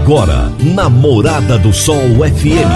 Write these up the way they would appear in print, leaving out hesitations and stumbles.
Agora, na Morada do Sol FM.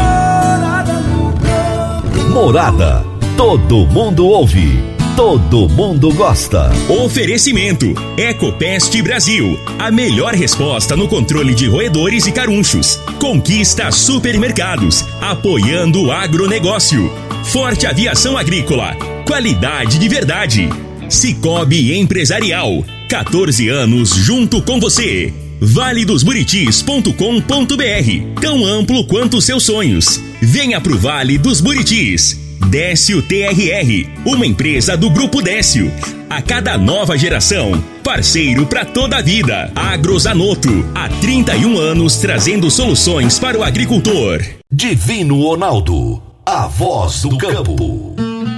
Morada, todo mundo ouve, todo mundo gosta. Oferecimento, Ecopest Brasil, a melhor resposta no controle de roedores e carunchos. Conquista Supermercados, apoiando o agronegócio. Forte Aviação Agrícola, qualidade de verdade. Cicobi Empresarial, 14 anos junto com você. valedosburitis.com.br, tão amplo quanto seus sonhos. Venha pro Vale dos Buritis. Décio TRR, uma empresa do Grupo Décio. A cada nova geração, parceiro para toda a vida. Agrozanoto, há 31 anos trazendo soluções para o agricultor. Divino Ronaldo, a voz do campo.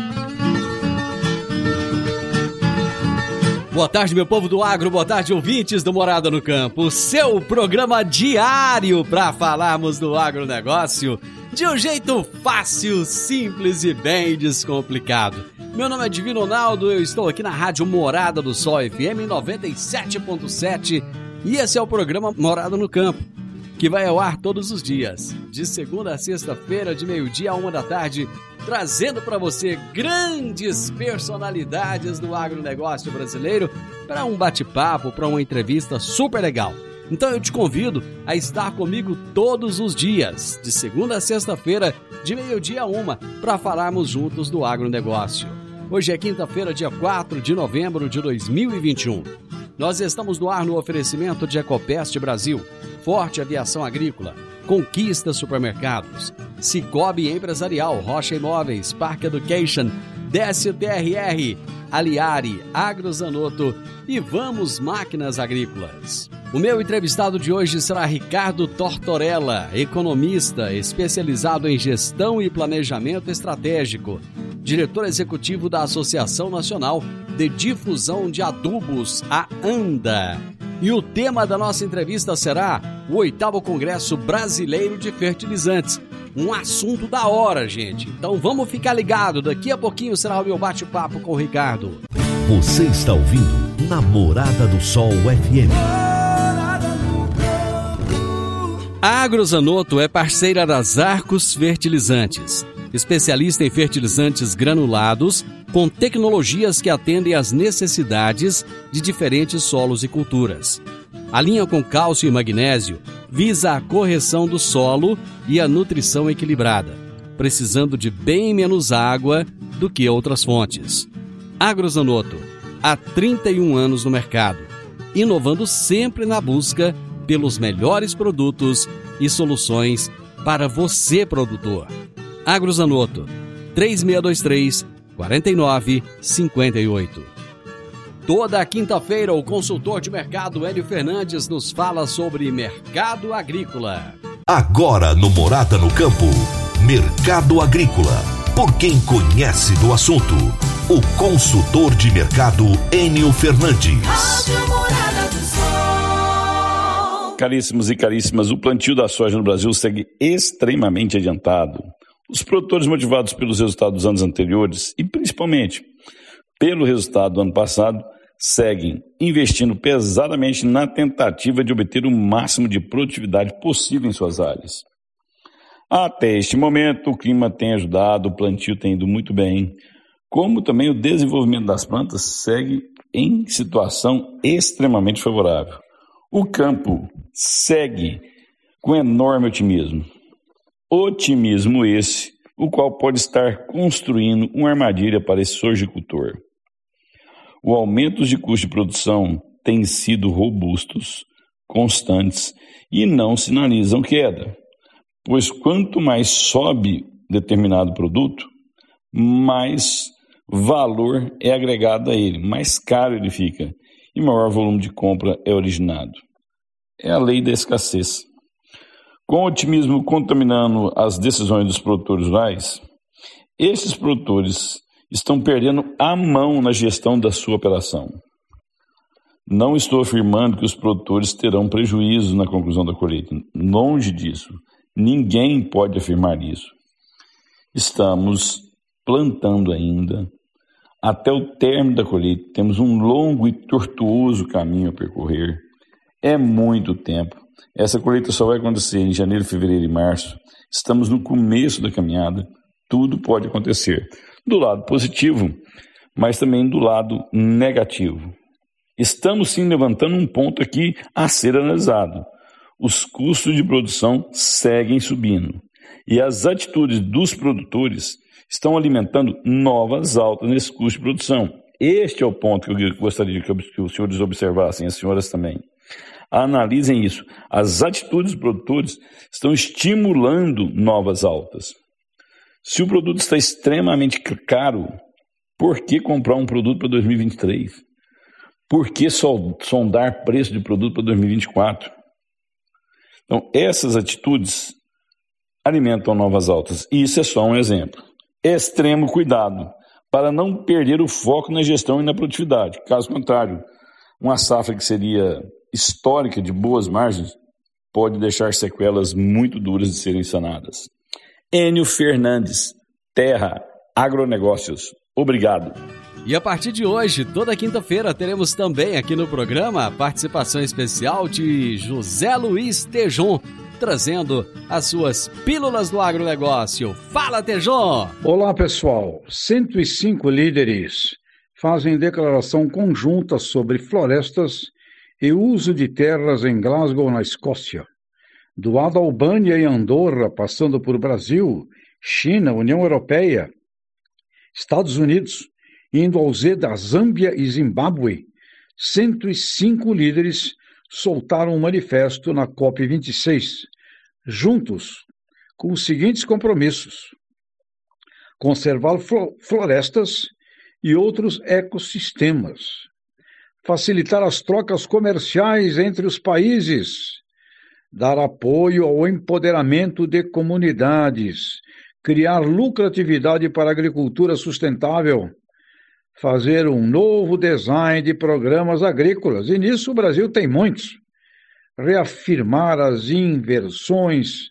Boa tarde, meu povo do agro, boa tarde, ouvintes do Morada no Campo. Seu programa diário para falarmos do agronegócio de um jeito fácil, simples e bem descomplicado. Meu nome é Divino Ronaldo, eu estou aqui na Rádio Morada do Sol FM 97.7 e esse é o programa Morada no Campo, que vai ao ar todos os dias, de segunda a sexta-feira, de meio-dia a 1 da tarde, trazendo para você grandes personalidades do agronegócio brasileiro para um bate-papo, para uma entrevista super legal. Então eu te convido a estar comigo todos os dias, de segunda a sexta-feira, de meio-dia a 1, para falarmos juntos do agronegócio. Hoje é quinta-feira, dia 4 de novembro de 2021. Nós estamos no ar no oferecimento de Ecopest Brasil, Forte Aviação Agrícola, Conquista Supermercados, Cicobi Empresarial, Rocha Imóveis, Park Education, Décio TRR, Aliari, Agrozanoto e Vamos Máquinas Agrícolas. O meu entrevistado de hoje será Ricardo Tortorella, economista especializado em gestão e planejamento estratégico, diretor executivo da Associação Nacional de Difusão de Adubos, a ANDA. E o tema da nossa entrevista será o 8º Congresso Brasileiro de Fertilizantes. Um assunto da hora, gente. Então vamos ficar ligado. Daqui a pouquinho será o meu bate-papo com o Ricardo. Você está ouvindo Namorada do Sol FM. A Agrozanoto é parceira das Arcos Fertilizantes, especialista em fertilizantes granulados com tecnologias que atendem às necessidades de diferentes solos e culturas. A linha com cálcio e magnésio visa a correção do solo e a nutrição equilibrada, precisando de bem menos água do que outras fontes. Agrozanoto, há 31 anos no mercado, inovando sempre na busca pelos melhores produtos e soluções para você, produtor. Agrozanoto, 3623-4958. Toda quinta-feira, o consultor de mercado Hélio Fernandes nos fala sobre mercado agrícola. Agora no Morada no Campo, Mercado Agrícola. Por quem conhece do assunto, o consultor de mercado Hélio Fernandes. Rádio Morada do Sol. Caríssimos e caríssimas, o plantio da soja no Brasil segue extremamente adiantado. Os produtores, motivados pelos resultados dos anos anteriores e principalmente pelo resultado do ano passado, seguem investindo pesadamente na tentativa de obter o máximo de produtividade possível em suas áreas. Até este momento, o clima tem ajudado, o plantio tem ido muito bem, como também o desenvolvimento das plantas segue em situação extremamente favorável. O campo segue com enorme otimismo. Otimismo esse, o qual pode estar construindo uma armadilha para esse sojicultor. O aumento de custo de produção tem sido robustos, constantes e não sinalizam queda, pois quanto mais sobe determinado produto, mais valor é agregado a ele, mais caro ele fica e maior volume de compra é originado. É a lei da escassez. Com o otimismo contaminando as decisões dos produtores rurais, esses produtores estão perdendo a mão na gestão da sua operação. Não estou afirmando que os produtores terão prejuízo na conclusão da colheita. Longe disso. Ninguém pode afirmar isso. Estamos plantando ainda. Até o término da colheita, temos um longo e tortuoso caminho a percorrer. É muito tempo. Essa colheita só vai acontecer em janeiro, fevereiro e março. Estamos no começo da caminhada, tudo pode acontecer. Do lado positivo, mas também do lado negativo. Estamos sim levantando um ponto aqui a ser analisado. Os custos de produção seguem subindo e as atitudes dos produtores estão alimentando novas altas nesse custo de produção. Este é o ponto que eu gostaria que os senhores observassem, as senhoras também. Analisem isso. As atitudes dos produtores estão estimulando novas altas. Se o produto está extremamente caro, por que comprar um produto para 2023? Por que sondar preço de produto para 2024? Então, essas atitudes alimentam novas altas. E isso é só um exemplo. Extremo cuidado para não perder o foco na gestão e na produtividade. Caso contrário, uma safra que seria histórica de boas margens pode deixar sequelas muito duras de serem sanadas. Enio Fernandes, Terra Agronegócios. Obrigado. E a partir de hoje, toda quinta-feira, teremos também aqui no programa a participação especial de José Luiz Tejon, trazendo as suas pílulas do agronegócio. Fala, Tejon! Olá, pessoal. 105 líderes fazem declaração conjunta sobre florestas e uso de terras em Glasgow, na Escócia. Do lado Albânia e Andorra, passando por Brasil, China, União Europeia, Estados Unidos, indo ao Z da Zâmbia e Zimbábue, 105 líderes soltaram um manifesto na COP26, juntos com os seguintes compromissos: conservar florestas e outros ecossistemas, facilitar as trocas comerciais entre os países, dar apoio ao empoderamento de comunidades, criar lucratividade para a agricultura sustentável, fazer um novo design de programas agrícolas, e nisso o Brasil tem muitos, reafirmar as inversões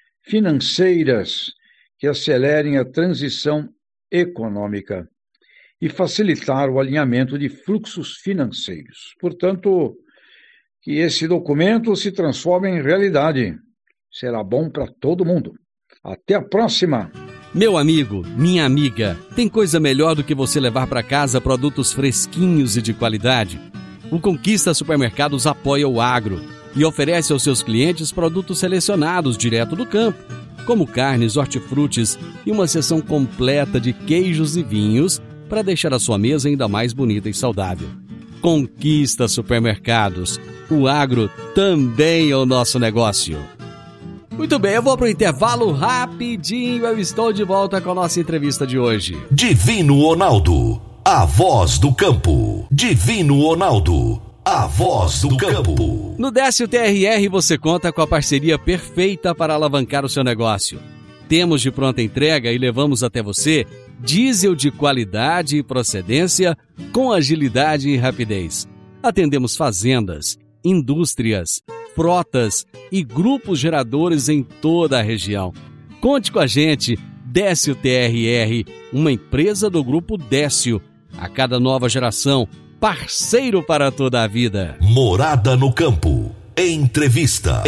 financeiras que acelerem a transição econômica e facilitar o alinhamento de fluxos financeiros. Portanto, que esse documento se transforme em realidade. Será bom para todo mundo. Até a próxima! Meu amigo, minha amiga, tem coisa melhor do que você levar para casa produtos fresquinhos e de qualidade? O Conquista Supermercados apoia o agro e oferece aos seus clientes produtos selecionados direto do campo, como carnes, hortifrutis e uma seção completa de queijos e vinhos para deixar a sua mesa ainda mais bonita e saudável. Conquista Supermercados. O agro também é o nosso negócio. Muito bem, eu vou para o intervalo rapidinho. Eu estou de volta com a nossa entrevista de hoje. Divino Ronaldo, a voz do campo. Divino Ronaldo, a voz do campo. No Décio TRR você conta com a parceria perfeita para alavancar o seu negócio. Temos de pronta entrega e levamos até você diesel de qualidade e procedência com agilidade e rapidez. Atendemos fazendas, indústrias, frotas e grupos geradores em toda a região. Conte com a gente, Décio TRR, uma empresa do Grupo Décio. A cada nova geração, parceiro para toda a vida. Morada no Campo. Entrevista.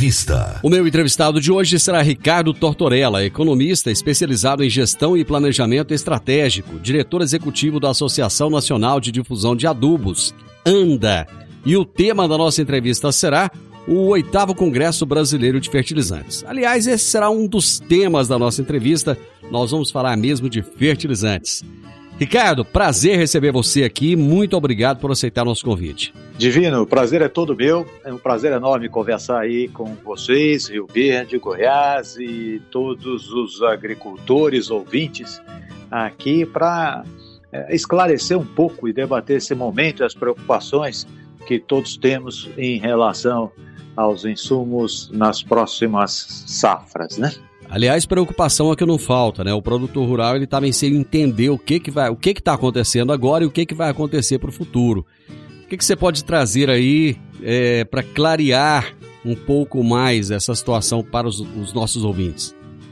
O meu entrevistado de hoje será Ricardo Tortorella, economista especializado em gestão e planejamento estratégico, diretor executivo da Associação Nacional de Difusão de Adubos, ANDA. E o tema da nossa entrevista será o 8º Congresso Brasileiro de Fertilizantes. Aliás, esse será um dos temas da nossa entrevista. Nós vamos falar mesmo de fertilizantes. Ricardo, prazer receber você aqui. Muito obrigado por aceitar nosso convite. Divino, o prazer é todo meu. É um prazer enorme conversar aí com vocês, Rio Verde, Goiás e todos os agricultores, ouvintes aqui para esclarecer um pouco e debater esse momento e as preocupações que todos temos em relação aos insumos nas próximas safras, né? Aliás, preocupação é que não falta, né? O produtor rural ele está bem sem entender o que está acontecendo agora e o que vai acontecer para o futuro. O que você pode trazer aí para clarear um pouco mais essa situação para os nossos ouvintes?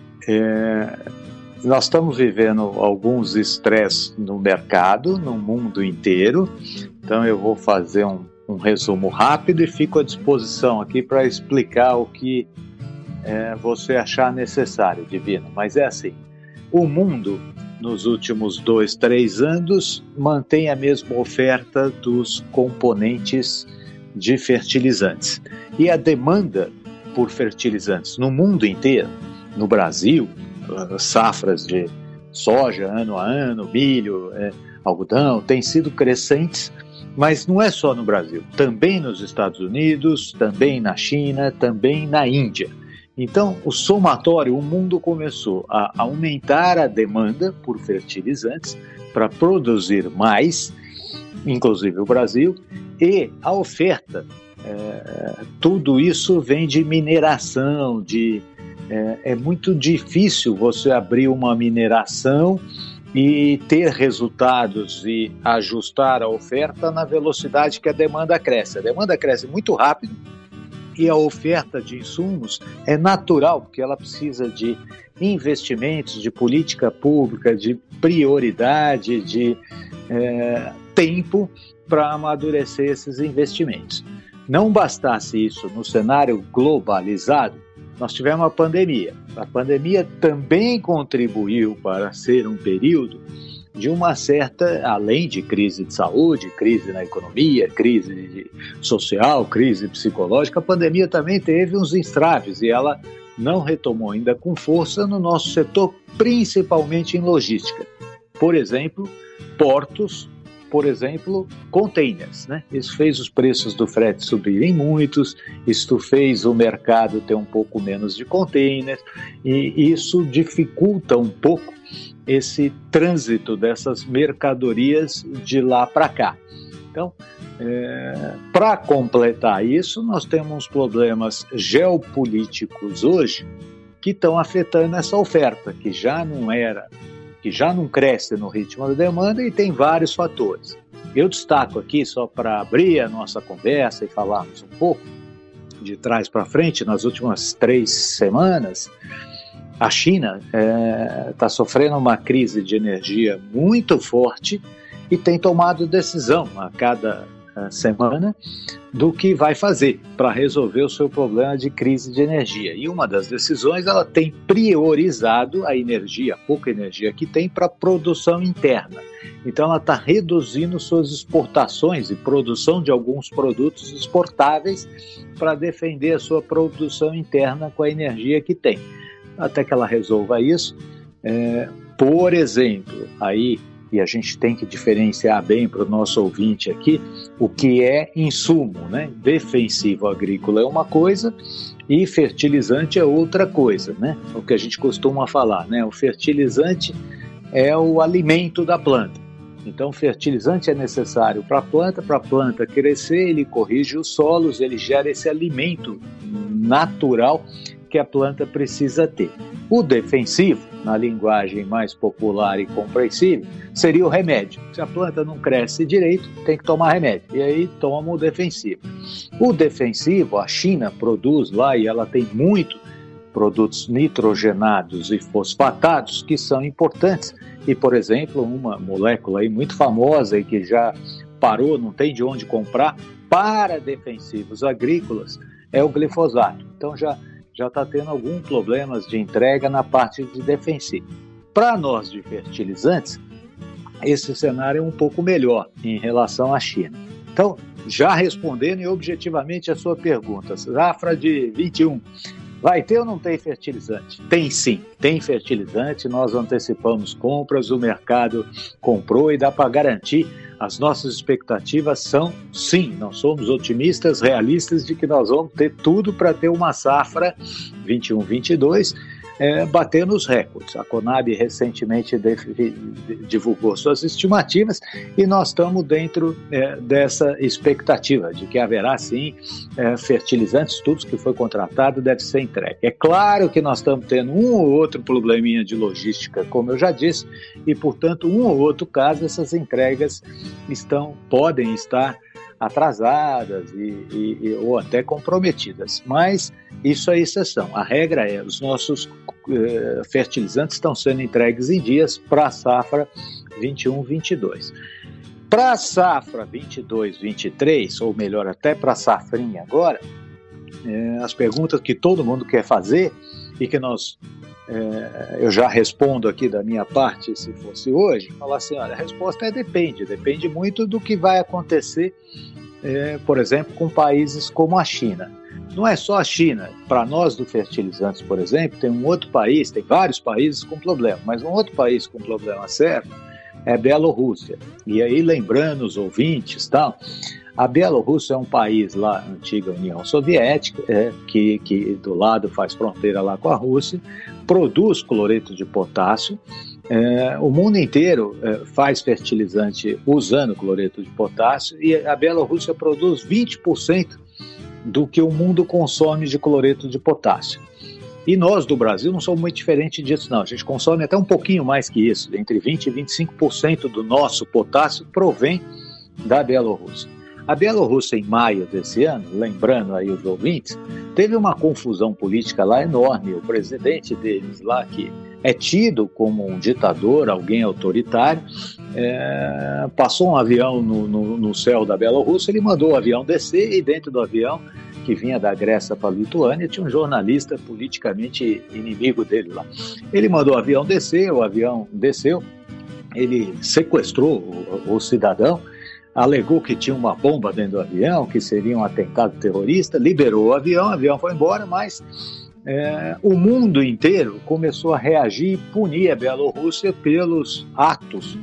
Nós estamos vivendo alguns estresses no mercado, no mundo inteiro. Então eu vou fazer um resumo rápido e fico à disposição aqui para explicar o que você achar necessário, Divino. Mas é assim, o mundo, nos últimos 2-3 anos, mantém a mesma oferta dos componentes de fertilizantes. E a demanda por fertilizantes no mundo inteiro, no Brasil, safras de soja ano a ano, milho, algodão, têm sido crescentes, mas não é só no Brasil, também nos Estados Unidos, também na China, também na Índia. Então, o somatório, o mundo começou a aumentar a demanda por fertilizantes para produzir mais, inclusive o Brasil, e a oferta. Tudo isso vem de mineração, é muito difícil você abrir uma mineração e ter resultados e ajustar a oferta na velocidade que a demanda cresce. A demanda cresce muito rápido e a oferta de insumos é natural, porque ela precisa de investimentos, de política pública, de prioridade, de tempo para amadurecer esses investimentos. Não bastasse isso no cenário globalizado, nós tivemos a pandemia. A pandemia também contribuiu para ser um período de uma certa, além de crise de saúde, crise na economia, crise social, crise psicológica, a pandemia também teve uns entraves e ela não retomou ainda com força no nosso setor, principalmente em logística. Por exemplo, portos, por exemplo, containers, né? Isso fez os preços do frete subirem muitos, isso fez o mercado ter um pouco menos de containers e isso dificulta um pouco esse trânsito dessas mercadorias de lá para cá. Então, para completar isso, nós temos problemas geopolíticos hoje que estão afetando essa oferta, que já não cresce no ritmo da demanda e tem vários fatores. Eu destaco aqui, só para abrir a nossa conversa e falarmos um pouco de trás para frente, nas últimas 3 semanas, a China está sofrendo uma crise de energia muito forte e tem tomado decisão a cada semana do que vai fazer para resolver o seu problema de crise de energia. E uma das decisões, ela tem priorizado a energia, a pouca energia que tem, para a produção interna. Então ela está reduzindo suas exportações e produção de alguns produtos exportáveis para defender a sua produção interna com a energia que tem. Até que ela resolva isso, por exemplo, aí, e a gente tem que diferenciar bem para o nosso ouvinte aqui, o que é insumo, né? Defensivo agrícola é uma coisa e fertilizante é outra coisa, né? O que a gente costuma falar, né? O fertilizante é o alimento da planta. Então, o fertilizante é necessário para a planta crescer, ele corrige os solos, ele gera esse alimento natural que a planta precisa ter. O defensivo, na linguagem mais popular e compreensível, seria o remédio. Se a planta não cresce direito, tem que tomar remédio. E aí toma o defensivo. O defensivo, a China produz lá, e ela tem muito produtos nitrogenados e fosfatados que são importantes. E, por exemplo, uma molécula aí muito famosa e que já parou, não tem de onde comprar, para defensivos agrícolas, é o glifosato. Então já está tendo alguns problemas de entrega na parte de defensivo. Para nós de fertilizantes, esse cenário é um pouco melhor em relação à China. Então, já respondendo e objetivamente a sua pergunta, safra de 21, vai ter ou não tem fertilizante? Tem sim, tem fertilizante, nós antecipamos compras, o mercado comprou e dá para garantir. As nossas expectativas são, sim, nós somos otimistas, realistas de que nós vamos ter tudo para ter uma safra 21-22 batendo os recordes. A Conab recentemente divulgou suas estimativas e nós estamos dentro dessa expectativa de que haverá, sim, fertilizantes, tudo que foi contratado deve ser entregue. É claro que nós estamos tendo um ou outro probleminha de logística, como eu já disse, e, portanto, um ou outro caso, essas entregas podem estar atrasadas ou até comprometidas, mas isso é exceção. A regra é, os nossos fertilizantes estão sendo entregues em dias para a safra 21-22. Para a safra 22-23, ou melhor, até para a safrinha agora, as perguntas que todo mundo quer fazer e que eu já respondo aqui da minha parte, se fosse hoje, falar assim, olha, a resposta depende muito do que vai acontecer, por exemplo, com países como a China. Não é só a China. Para nós do fertilizantes, por exemplo, tem vários países com problema, mas um outro país com problema sério é a Bielorrússia. E aí, lembrando os ouvintes, a Bielorrússia é um país lá, antiga União Soviética, que do lado faz fronteira lá com a Rússia, produz cloreto de potássio. O mundo inteiro faz fertilizante usando cloreto de potássio e a Bielorrússia produz 20% do que o mundo consome de cloreto de potássio. E nós do Brasil não somos muito diferentes disso, não. A gente consome até um pouquinho mais que isso, entre 20% e 25% do nosso potássio provém da Bielorrússia. A Bielorrússia, em maio desse ano, lembrando aí os ouvintes, teve uma confusão política lá enorme. O presidente deles lá, que é tido como um ditador, alguém autoritário, passou um avião no céu da Bielorrússia, ele mandou o avião descer e dentro do avião, que vinha da Grécia para a Lituânia, tinha um jornalista politicamente inimigo dele lá. Ele mandou o avião desceu, ele sequestrou o cidadão, alegou que tinha uma bomba dentro do avião, que seria um atentado terrorista, liberou o avião foi embora, mas o mundo inteiro começou a reagir e punir a Bielorrússia pelos atos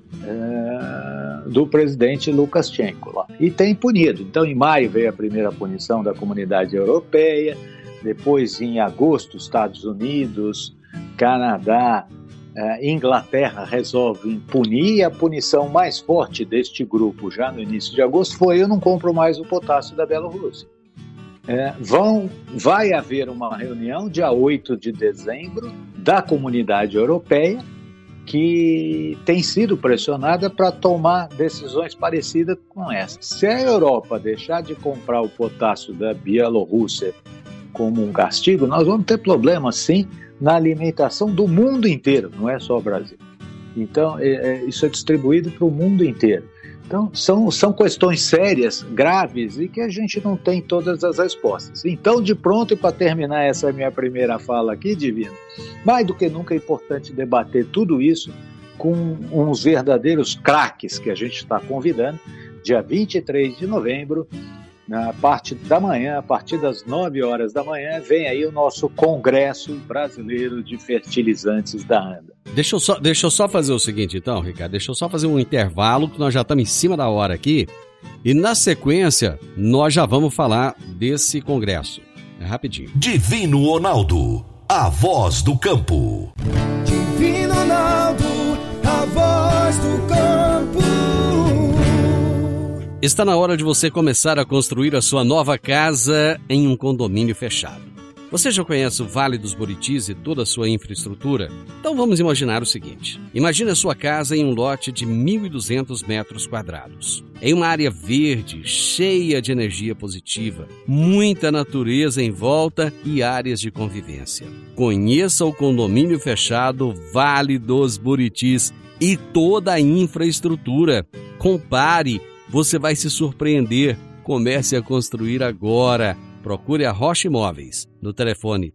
do presidente Lukashenko lá. E tem punido. Então, em maio veio a primeira punição da comunidade europeia, depois em agosto, Estados Unidos, Canadá, Inglaterra resolvem punir, e a punição mais forte deste grupo, já no início de agosto, foi: eu não compro mais o potássio da Bielorrússia. Vai haver uma reunião dia 8 de dezembro da comunidade europeia, que tem sido pressionada para tomar decisões parecidas com essa. Se a Europa deixar de comprar o potássio da Bielorrússia como um castigo, nós vamos ter problema, sim, na alimentação do mundo inteiro, não é só o Brasil. Então, isso é distribuído para o mundo inteiro. Então, são questões sérias, graves, e que a gente não tem todas as respostas. Então, de pronto, e para terminar essa minha primeira fala aqui, Divino, mais do que nunca é importante debater tudo isso com uns verdadeiros craques que a gente está convidando, dia 23 de novembro, na parte da manhã, a partir das 9 horas da manhã, vem aí o nosso Congresso Brasileiro de Fertilizantes da ANDA. Deixa eu só fazer o seguinte, então, Ricardo. Deixa eu só fazer um intervalo, que nós já estamos em cima da hora aqui. E na sequência, nós já vamos falar desse congresso. É rapidinho. Divino Ronaldo, a voz do campo. Divino Ronaldo, a voz do campo. Está na hora de você começar a construir a sua nova casa em um condomínio fechado. Você já conhece o Vale dos Buritis e toda a sua infraestrutura? Então vamos imaginar o seguinte. Imagine a sua casa em um lote de 1.200 metros quadrados. Em uma área verde, cheia de energia positiva, muita natureza em volta e áreas de convivência. Conheça o condomínio fechado Vale dos Buritis e toda a infraestrutura. Compare, você vai se surpreender. Comece a construir agora. Procure a Rocha Imóveis no telefone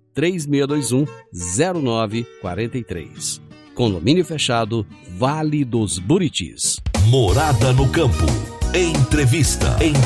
3621-0943. Condomínio fechado Vale dos Buritis. Morada no campo. Entrevista.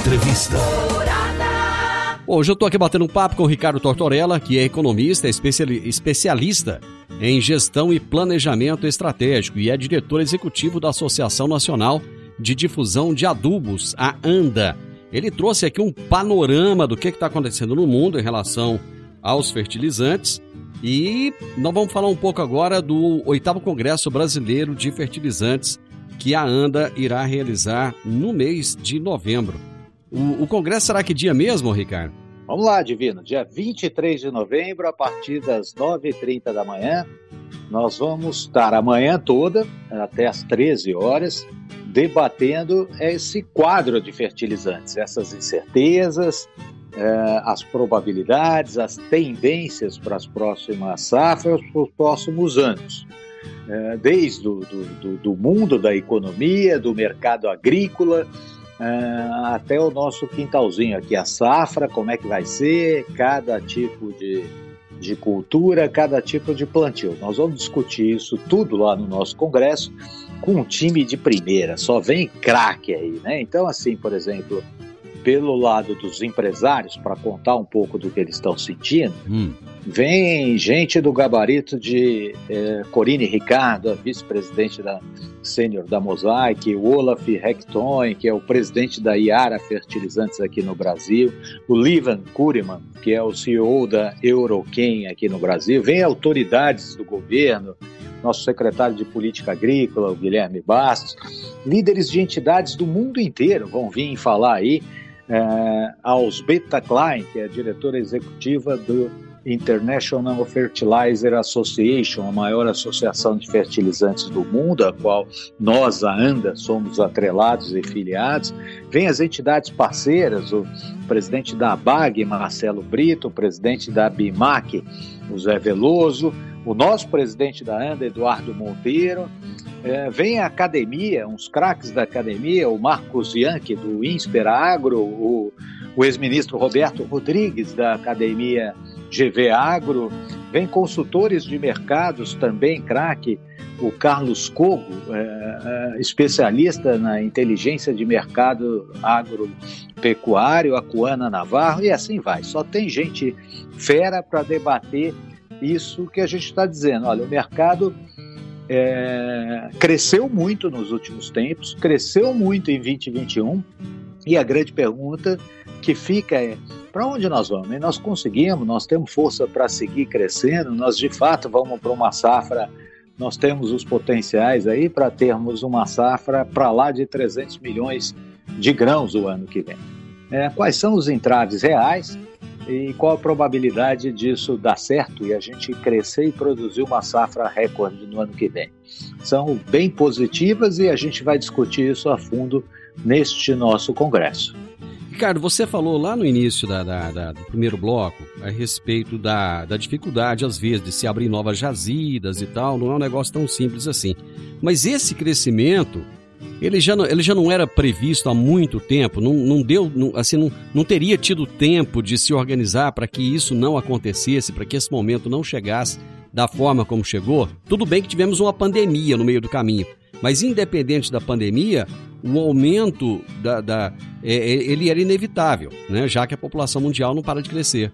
Bom, hoje eu estou aqui batendo um papo com o Ricardo Tortorella, que é economista, especialista em gestão e planejamento estratégico e é diretor executivo da Associação Nacional de Difusão de Adubos, a ANDA. Ele trouxe aqui um panorama do que está acontecendo no mundo em relação aos fertilizantes e nós vamos falar um pouco agora do 8º Congresso Brasileiro de Fertilizantes que a ANDA irá realizar no mês de novembro. O congresso será que dia mesmo, Ricardo? Vamos lá, Divino. Dia 23 de novembro, a partir das 9h30 da manhã, nós vamos estar a manhã toda, até às 13 horas, debatendo esse quadro de fertilizantes, essas incertezas, as probabilidades, as tendências para as próximas safras, para os próximos anos. desde do mundo da economia, do mercado agrícola, até o nosso quintalzinho aqui, a safra, como é que vai ser, cada tipo de cultura, cada tipo de plantio. Nós vamos discutir isso tudo lá no nosso congresso com um time de primeira, só vem craque aí, né? Então, assim, por exemplo, pelo lado dos empresários, para contar um pouco do que eles estão sentindo, vem gente do gabarito de Corine Ricardo, a vice-presidente sênior da Mosaic, o Olaf Hecton, que é o presidente da Iara Fertilizantes aqui no Brasil, o Livan Kuriman, que é o CEO da Eurochem aqui no Brasil, vem autoridades do governo, nosso secretário de Política Agrícola, o Guilherme Bastos, líderes de entidades do mundo inteiro vão vir falar aí, a Alzbeta Klein, que é a diretora executiva do International Fertilizer Association, a maior associação de fertilizantes do mundo, a qual nós, a ANDA, somos atrelados e filiados. Vem as entidades parceiras, o presidente da ABAG, Marcelo Brito, o presidente da BIMAC, o Zé Veloso, o nosso presidente da ANDA, Eduardo Monteiro. Vem a academia, uns craques da academia, o Marcos Bianchi, do INSPER Agro, o ex-ministro Roberto Rodrigues, da academia GV Agro, vem consultores de mercados também, craque, o Carlos Cogo, especialista na inteligência de mercado agropecuário, a Cuana Navarro, e assim vai. Só tem gente fera para debater isso que a gente está dizendo. Olha, o mercado cresceu muito nos últimos tempos, cresceu muito em 2021, e a grande pergunta que fica é: para onde nós vamos? E nós conseguimos, nós temos força para seguir crescendo, nós de fato vamos para uma safra, nós temos os potenciais aí para termos uma safra para lá de 300 milhões de grãos o ano que vem. Quais são os entraves reais e qual a probabilidade disso dar certo e a gente crescer e produzir uma safra recorde no ano que vem? São bem positivas e a gente vai discutir isso a fundo neste nosso congresso. Ricardo, você falou lá no início do primeiro bloco a respeito da dificuldade, às vezes, de se abrir novas jazidas e tal. Não é um negócio tão simples assim. Mas esse crescimento, ele já não era previsto há muito tempo? Não teria tido tempo de se organizar para que isso não acontecesse, para que esse momento não chegasse da forma como chegou? Tudo bem que tivemos uma pandemia no meio do caminho, mas independente da pandemia, o aumento ele era inevitável, né? Já que a população mundial não para de crescer.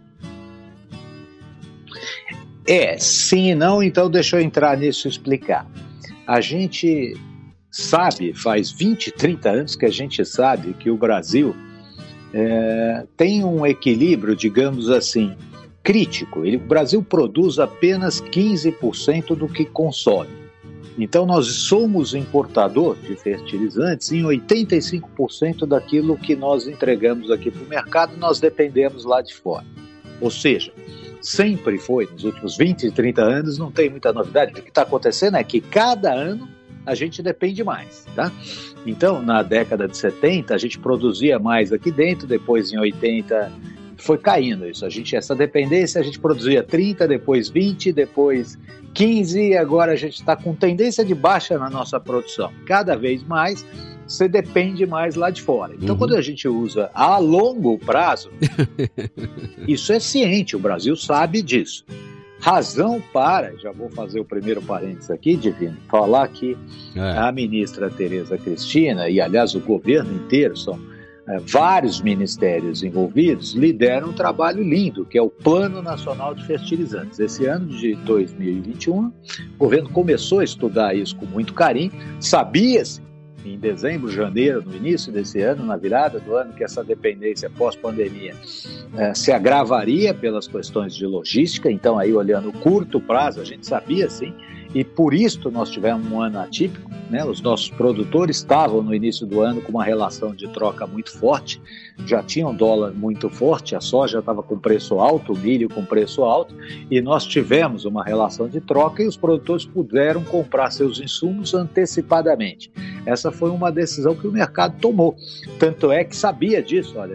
Sim e não, então deixa eu entrar nisso e explicar. A gente sabe, faz 20, 30 anos que a gente sabe que o Brasil tem um equilíbrio, digamos assim, crítico. O Brasil produz apenas 15% do que consome. Então, nós somos importador de fertilizantes em 85% daquilo que nós entregamos aqui para o mercado, nós dependemos lá de fora. Ou seja, sempre foi, nos últimos 20, 30 anos, não tem muita novidade. O que está acontecendo é que cada ano a gente depende mais, tá? Então, na década de 70, a gente produzia mais aqui dentro, depois em 80 foi caindo isso. Essa dependência, a gente produzia 30, depois 20, depois 15, e agora a gente está com tendência de baixa na nossa produção. Cada vez mais você depende mais lá de fora. Então, quando a gente usa a longo prazo, isso é ciente, o Brasil sabe disso. Razão para, já vou fazer o primeiro parênteses aqui, Divino, falar que a ministra Tereza Cristina, e aliás o governo inteiro, são vários ministérios envolvidos, lideram um trabalho lindo, que é o Plano Nacional de Fertilizantes. Esse ano de 2021, o governo começou a estudar isso com muito carinho, sabia-se em dezembro, janeiro, no início desse ano, na virada do ano, que essa dependência pós-pandemia se agravaria pelas questões de logística. Então, aí olhando o curto prazo, a gente sabia sim, e por isso nós tivemos um ano atípico, né? Os nossos produtores estavam no início do ano com uma relação de troca muito forte, já tinha um dólar muito forte, a soja estava com preço alto, o milho com preço alto, e nós tivemos uma relação de troca e os produtores puderam comprar seus insumos antecipadamente. Essa foi uma decisão que o mercado tomou, tanto é que sabia disso, olha,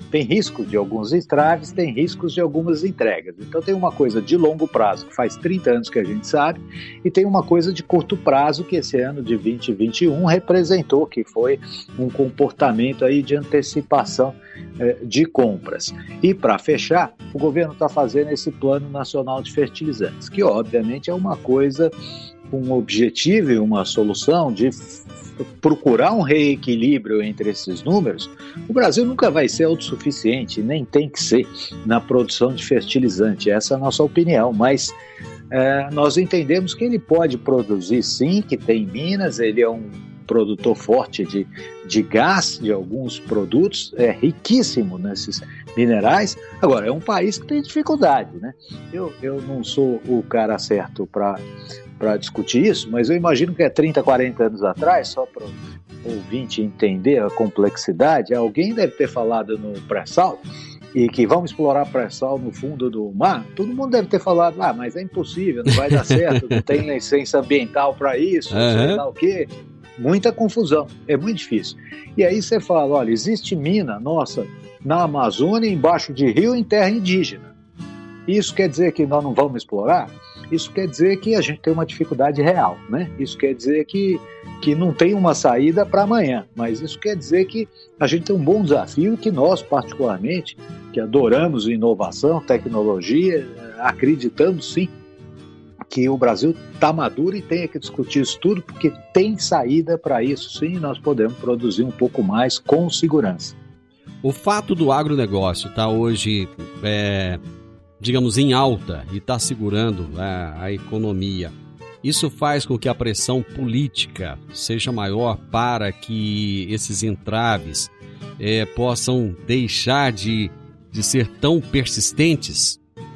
Tem risco de alguns entraves, tem riscos de algumas entregas. Então tem uma coisa de longo prazo, que faz 30 anos que a gente sabe, e tem uma coisa de curto prazo, que esse ano de 2021 representou, que foi um comportamento aí de antecipação de compras. E para fechar, o governo está fazendo esse Plano Nacional de Fertilizantes, que obviamente é uma coisa, um objetivo e uma solução de procurar um reequilíbrio entre esses números. O Brasil nunca vai ser autossuficiente, nem tem que ser na produção de fertilizante, essa é a nossa opinião, mas nós entendemos que ele pode produzir sim, que tem Minas, ele é um produtor forte de gás, de alguns produtos, é riquíssimo nesses minerais. Agora, é um país que tem dificuldade, né? Eu não sou o cara certo para discutir isso, mas eu imagino que 30, 40 anos atrás, só para o ouvinte entender a complexidade, alguém deve ter falado no pré-sal e que vamos explorar pré-sal no fundo do mar. Todo mundo deve ter falado, mas é impossível, não vai dar certo, não tem licença ambiental para isso, não sei lá o quê. Muita confusão, é muito difícil. E aí você fala, olha, existe mina nossa na Amazônia, embaixo de rio, em terra indígena. Isso quer dizer que nós não vamos explorar? Isso quer dizer que a gente tem uma dificuldade real, né? Isso quer dizer que não tem uma saída para amanhã, mas isso quer dizer que a gente tem um bom desafio e que nós, particularmente, que adoramos inovação, tecnologia, acreditamos sim que o Brasil está maduro e tem que discutir isso tudo, porque tem saída para isso sim, e nós podemos produzir um pouco mais com segurança. O fato do agronegócio estar hoje, digamos, em alta e está segurando a economia, isso faz com que a pressão política seja maior para que esses entraves possam deixar de ser tão persistentes?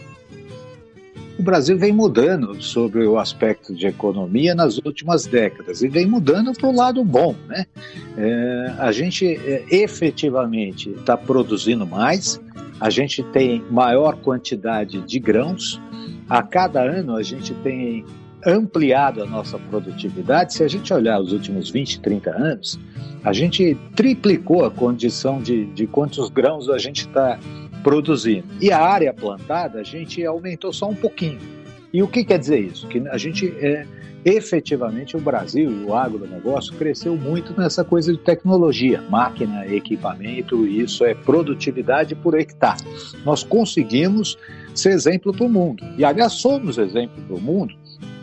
O Brasil vem mudando sobre o aspecto de economia nas últimas décadas e vem mudando para o lado bom, né? A gente efetivamente está produzindo mais, a gente tem maior quantidade de grãos, a cada ano a gente tem ampliado a nossa produtividade. Se a gente olhar os últimos 20, 30 anos, a gente triplicou a condição de quantos grãos a gente está produzindo. E a área plantada, a gente aumentou só um pouquinho. E o que quer dizer isso? Que a gente, efetivamente, o Brasil e o agronegócio cresceu muito nessa coisa de tecnologia, máquina, equipamento, e isso é produtividade por hectare. Nós conseguimos ser exemplo para o mundo. E, aliás, somos exemplo para o mundo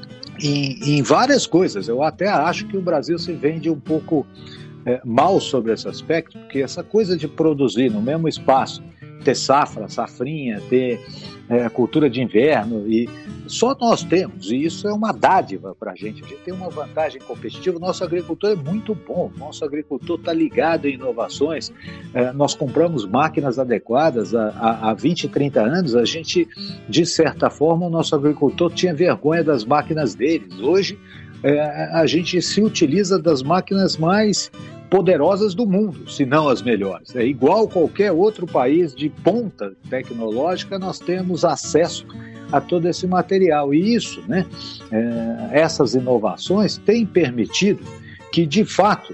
em várias coisas. Eu até acho que o Brasil se vende um pouco mal sobre esse aspecto, porque essa coisa de produzir no mesmo espaço, ter safra, safrinha, ter cultura de inverno, e só nós temos, e isso é uma dádiva para a gente tem uma vantagem competitiva. Nosso agricultor é muito bom, nosso agricultor está ligado em inovações, nós compramos máquinas adequadas há 20, 30 anos, a gente, de certa forma, o nosso agricultor tinha vergonha das máquinas deles. Hoje, a gente se utiliza das máquinas mais poderosas do mundo, se não as melhores. É igual qualquer outro país de ponta tecnológica, nós temos acesso a todo esse material. E isso, né, essas inovações têm permitido que, de fato,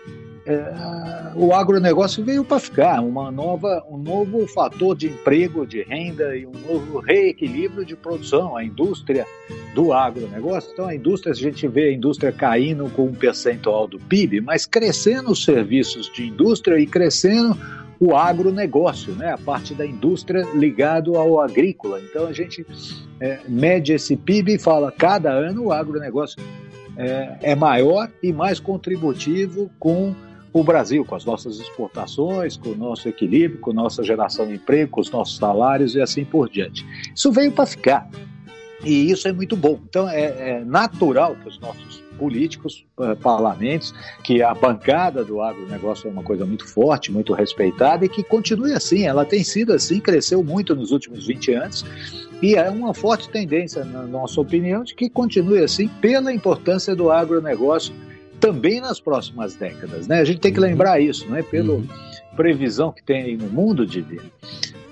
o agronegócio veio para ficar, um novo fator de emprego, de renda e um novo reequilíbrio de produção, a indústria do agronegócio. Então, a indústria, a gente vê a indústria caindo com um percentual do PIB, mas crescendo os serviços de indústria e crescendo o agronegócio, né? A parte da indústria ligado ao agrícola. Então, a gente mede esse PIB e fala, cada ano o agronegócio é maior e mais contributivo com o Brasil, com as nossas exportações, com o nosso equilíbrio, com a nossa geração de emprego, com os nossos salários e assim por diante. Isso veio para ficar e isso é muito bom. Então é natural que os nossos políticos, parlamentos, que a bancada do agronegócio é uma coisa muito forte, muito respeitada e que continue assim. Ela tem sido assim, cresceu muito nos últimos 20 anos e é uma forte tendência, na nossa opinião, de que continue assim pela importância do agronegócio também nas próximas décadas, né? A gente tem que lembrar isso, né? Pela previsão que tem aí no mundo, Divino.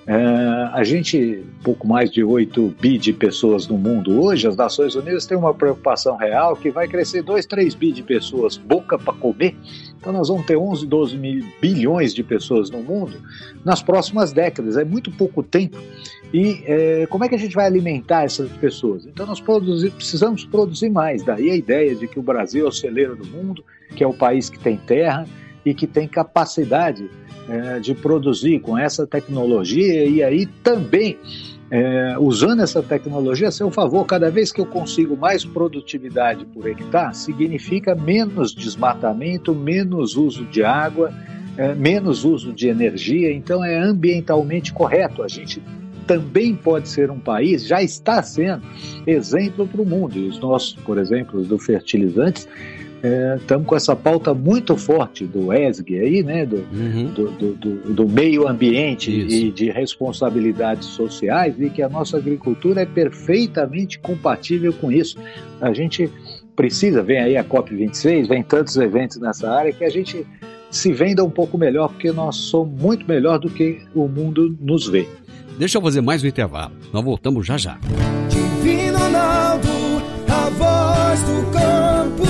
A gente, pouco mais de 8 bi de pessoas no mundo hoje, as Nações Unidas têm uma preocupação real que vai crescer 2, 3 bi de pessoas, boca para comer. Então nós vamos ter 11, 12 bilhões de pessoas no mundo nas próximas décadas, é muito pouco tempo. E como é que a gente vai alimentar essas pessoas? Então nós precisamos produzir mais, daí a ideia de que o Brasil é o celeiro do mundo, que é o país que tem terra e que tem capacidade de produzir com essa tecnologia, e aí também usando essa tecnologia a seu favor. Cada vez que eu consigo mais produtividade por hectare, significa menos desmatamento, menos uso de água, menos uso de energia, então é ambientalmente correto. A gente também pode ser um país, já está sendo exemplo para o mundo, e os nossos, por exemplo, do fertilizantes, estamos com essa pauta muito forte do ESG aí, né, do meio ambiente e de responsabilidades sociais, e que a nossa agricultura é perfeitamente compatível com isso. A gente precisa, vem aí a COP26, vem tantos eventos nessa área, que a gente se venda um pouco melhor, porque nós somos muito melhor do que o mundo nos vê. Deixa eu fazer mais um intervalo, nós voltamos já já. Divino Ronaldo, a voz do campo.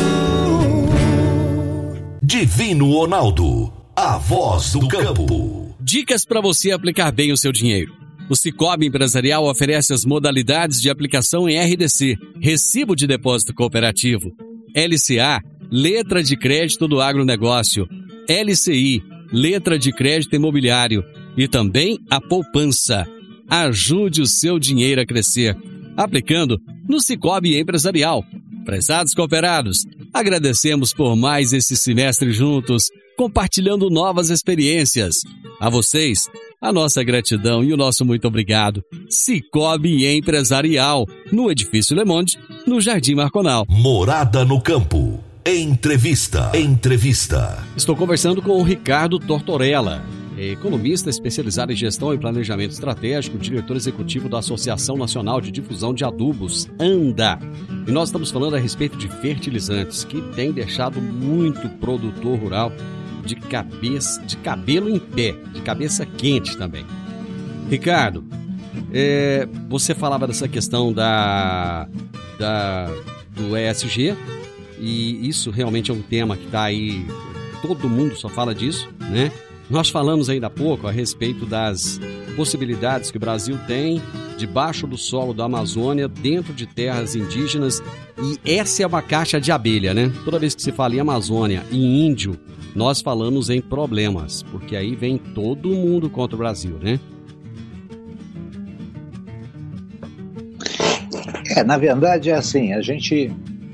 Divino Ronaldo, a voz do campo. Dicas para você aplicar bem o seu dinheiro. O Sicoob Empresarial oferece as modalidades de aplicação em RDC, Recibo de Depósito Cooperativo, LCA, Letra de Crédito do Agronegócio, LCI, Letra de Crédito Imobiliário, e também a poupança. Ajude o seu dinheiro a crescer, aplicando no Sicoob Empresarial. Prezados cooperados, agradecemos por mais esse semestre juntos, compartilhando novas experiências. A vocês, a nossa gratidão e o nosso muito obrigado. Sicoob Empresarial, no Edifício Le Monde, no Jardim Marconal. Morada no Campo. Entrevista. Estou conversando com o Ricardo Tortorella, economista especializado em gestão e planejamento estratégico, diretor executivo da Associação Nacional de Difusão de Adubos, ANDA. E nós estamos falando a respeito de fertilizantes, que tem deixado muito produtor rural de cabelo em pé, de cabeça quente também. Ricardo, você falava dessa questão do ESG, e isso realmente é um tema que está aí, todo mundo só fala disso, né? Nós falamos ainda há pouco a respeito das possibilidades que o Brasil tem debaixo do solo da Amazônia, dentro de terras indígenas, e essa é uma caixa de abelha, né? Toda vez que se fala em Amazônia e índio, nós falamos em problemas, porque aí vem todo mundo contra o Brasil, né? Na verdade é assim, a gente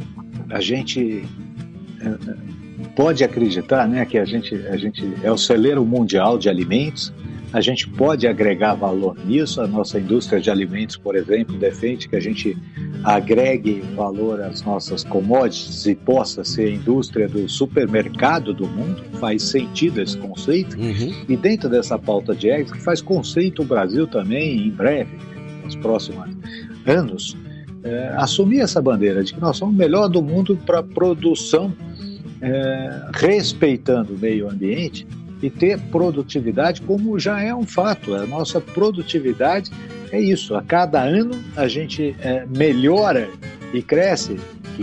pode acreditar, né, que a gente é o celeiro mundial de alimentos, a gente pode agregar valor nisso. A nossa indústria de alimentos, por exemplo, defende que a gente agregue valor às nossas commodities e possa ser a indústria do supermercado do mundo. Faz sentido esse conceito. E dentro dessa pauta de ESG, que faz conceito o Brasil também, em breve, nos próximos anos, assumir essa bandeira de que nós somos o melhor do mundo para produção, respeitando o meio ambiente e ter produtividade, como já é um fato. A nossa produtividade é isso, a cada ano a gente melhora e cresce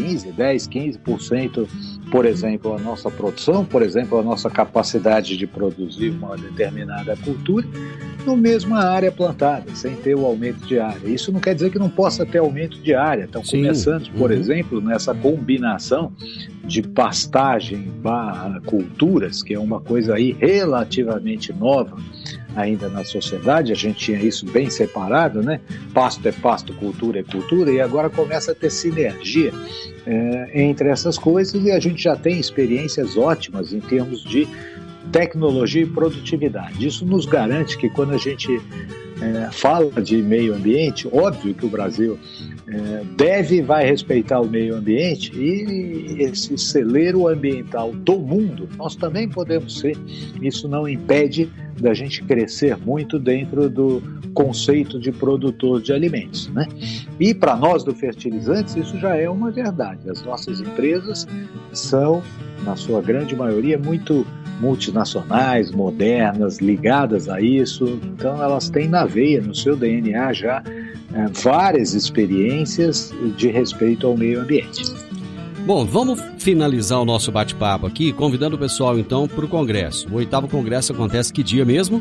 15%, por exemplo, a nossa produção, por exemplo, a nossa capacidade de produzir uma determinada cultura no mesma área plantada, sem ter o aumento de área. Isso não quer dizer que não possa ter aumento de área. Estão começando, por exemplo, nessa combinação de pastagem / culturas, que é uma coisa aí relativamente nova ainda na sociedade. A gente tinha isso bem separado, né? Pasto é pasto, cultura é cultura, e agora começa a ter sinergia entre essas coisas, e a gente já tem experiências ótimas em termos de tecnologia e produtividade. Isso nos garante que quando a gente fala de meio ambiente, óbvio que o Brasil deve e vai respeitar o meio ambiente, e esse celeiro ambiental do mundo nós também podemos ser. Isso não impede da gente crescer muito dentro do conceito de produtor de alimentos, né? E para nós do fertilizantes isso já é uma verdade. As nossas empresas são, na sua grande maioria, muito multinacionais, modernas, ligadas a isso. Então elas têm na veia, no seu DNA já, várias experiências de respeito ao meio ambiente. Bom, vamos finalizar o nosso bate-papo aqui, convidando o pessoal então para o Congresso. O 8º Congresso acontece que dia mesmo?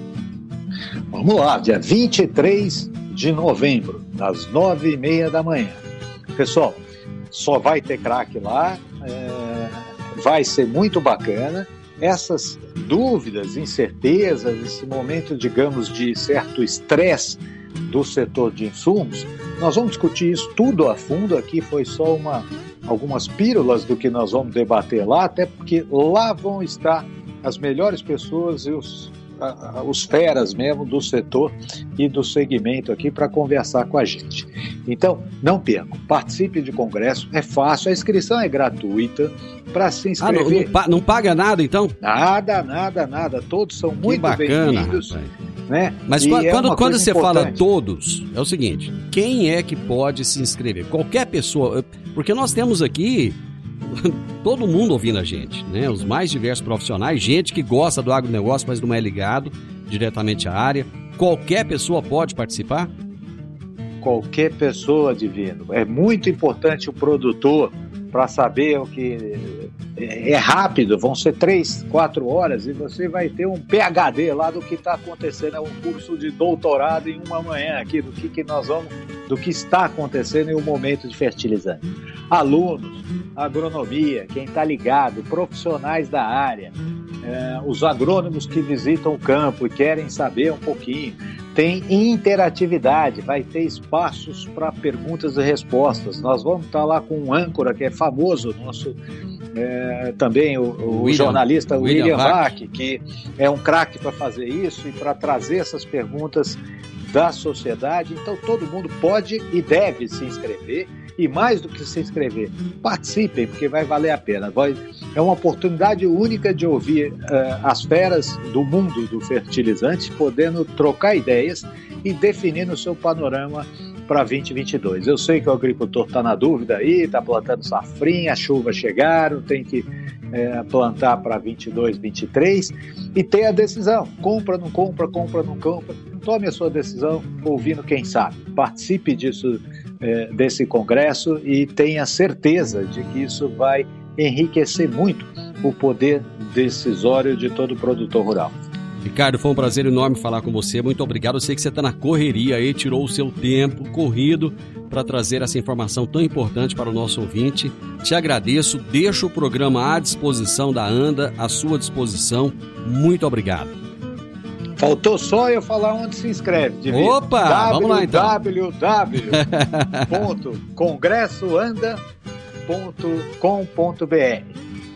Vamos lá, dia 23 de novembro, às 9h30 da manhã. Pessoal, só vai ter craque lá, vai ser muito bacana. Essas dúvidas, incertezas, esse momento, digamos, de certo estresse do setor de insumos, nós vamos discutir isso tudo a fundo. Aqui foi só algumas pílulas do que nós vamos debater lá, até porque lá vão estar as melhores pessoas e os feras mesmo do setor e do segmento aqui para conversar com a gente. Então, não percam, participe de congresso, é fácil, a inscrição é gratuita. Para se inscrever... Não paga nada, então? Nada, todos são muito bem-vindos. Né? Mas quando você fala todos, é o seguinte, quem é que pode se inscrever? Qualquer pessoa, porque nós temos aqui todo mundo ouvindo a gente, né? Os mais diversos profissionais, gente que gosta do agronegócio, mas não é ligado diretamente à área. Qualquer pessoa pode participar? Qualquer pessoa, Divino. É muito importante o produtor para saber o que é rápido, vão ser 3-4 horas e você vai ter um PhD lá do que está acontecendo, é um curso de doutorado em uma manhã aqui, do que está acontecendo em um momento de fertilizante. Alunos, agronomia, quem está ligado, profissionais da área, os agrônomos que visitam o campo e querem saber um pouquinho. Tem interatividade, vai ter espaços para perguntas e respostas. Nós vamos estar lá com um âncora que é famoso, nosso também o jornalista William Vac, que é um craque para fazer isso e para trazer essas perguntas da sociedade. Então todo mundo pode e deve se inscrever. E mais do que se inscrever, participem, porque vai valer a pena. É uma oportunidade única de ouvir as feras do mundo do fertilizante, podendo trocar ideias e definir o seu panorama para 2022. Eu sei que o agricultor está na dúvida aí, está plantando safrinha, as chuvas chegaram, tem que plantar para 22, 23 e ter a decisão. Compra, não compra, compra, não compra. Tome a sua decisão ouvindo quem sabe. Participe disso, desse congresso e tenha certeza de que isso vai enriquecer muito o poder decisório de todo produtor rural. Ricardo, foi um prazer enorme falar com você, muito obrigado. Eu sei que você está na correria aí, tirou o seu tempo corrido para trazer essa informação tão importante para o nosso ouvinte. Te agradeço, deixo o programa à disposição da ANDA, à sua disposição. Muito obrigado. Faltou só eu falar onde se inscreve. Opa, vamos lá então. www.congressoanda.com.br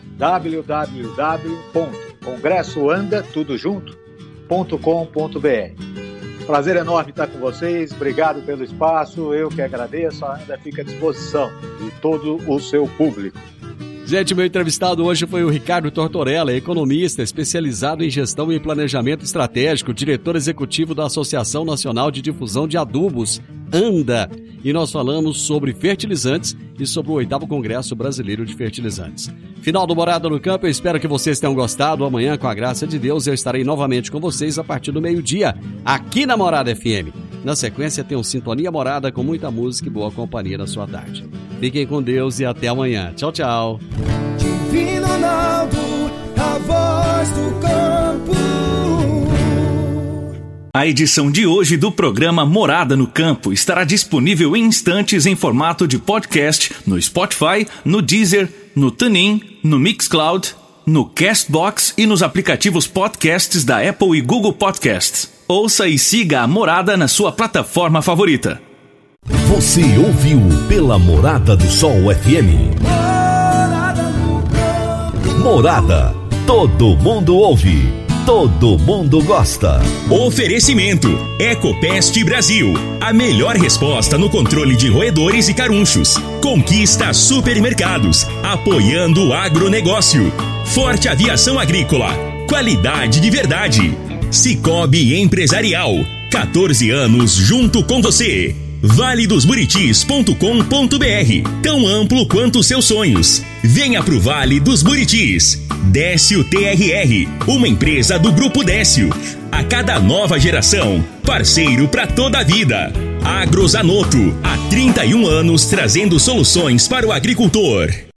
www.congressoanda.com.br. Prazer enorme estar com vocês, obrigado pelo espaço, eu que agradeço, a ANDA fica à disposição de todo o seu público. Gente, meu entrevistado hoje foi o Ricardo Tortorella, economista especializado em gestão e planejamento estratégico, diretor executivo da Associação Nacional de Difusão de Adubos, ANDA. E nós falamos sobre fertilizantes e sobre o 8º Congresso Brasileiro de Fertilizantes. Final do Morada no Campo, eu espero que vocês tenham gostado. Amanhã, com a graça de Deus, eu estarei novamente com vocês a partir do meio-dia, aqui na Morada FM. Na sequência, tem um Sintonia Morada com muita música e boa companhia na sua tarde. Fiquem com Deus e até amanhã. Tchau, tchau. Divino Ronaldo, a voz do campo. A edição de hoje do programa Morada no Campo estará disponível em instantes em formato de podcast no Spotify, no Deezer, no TuneIn, no Mixcloud, no Castbox e nos aplicativos podcasts da Apple e Google Podcasts. Ouça e siga a Morada na sua plataforma favorita. Você ouviu pela Morada do Sol FM. Morada. Todo mundo ouve. Todo mundo gosta. Oferecimento: Ecopest Brasil. A melhor resposta no controle de roedores e carunchos. Conquista Supermercados. Apoiando o agronegócio. Forte Aviação Agrícola. Qualidade de verdade. Cicobi Empresarial. 14 anos junto com você. valedosburitis.com.br. Tão amplo quanto seus sonhos. Venha pro Vale dos Buritis. Décio TRR, uma empresa do Grupo Décio. A cada nova geração, parceiro para toda a vida. Agrozanoto, há 31 anos trazendo soluções para o agricultor.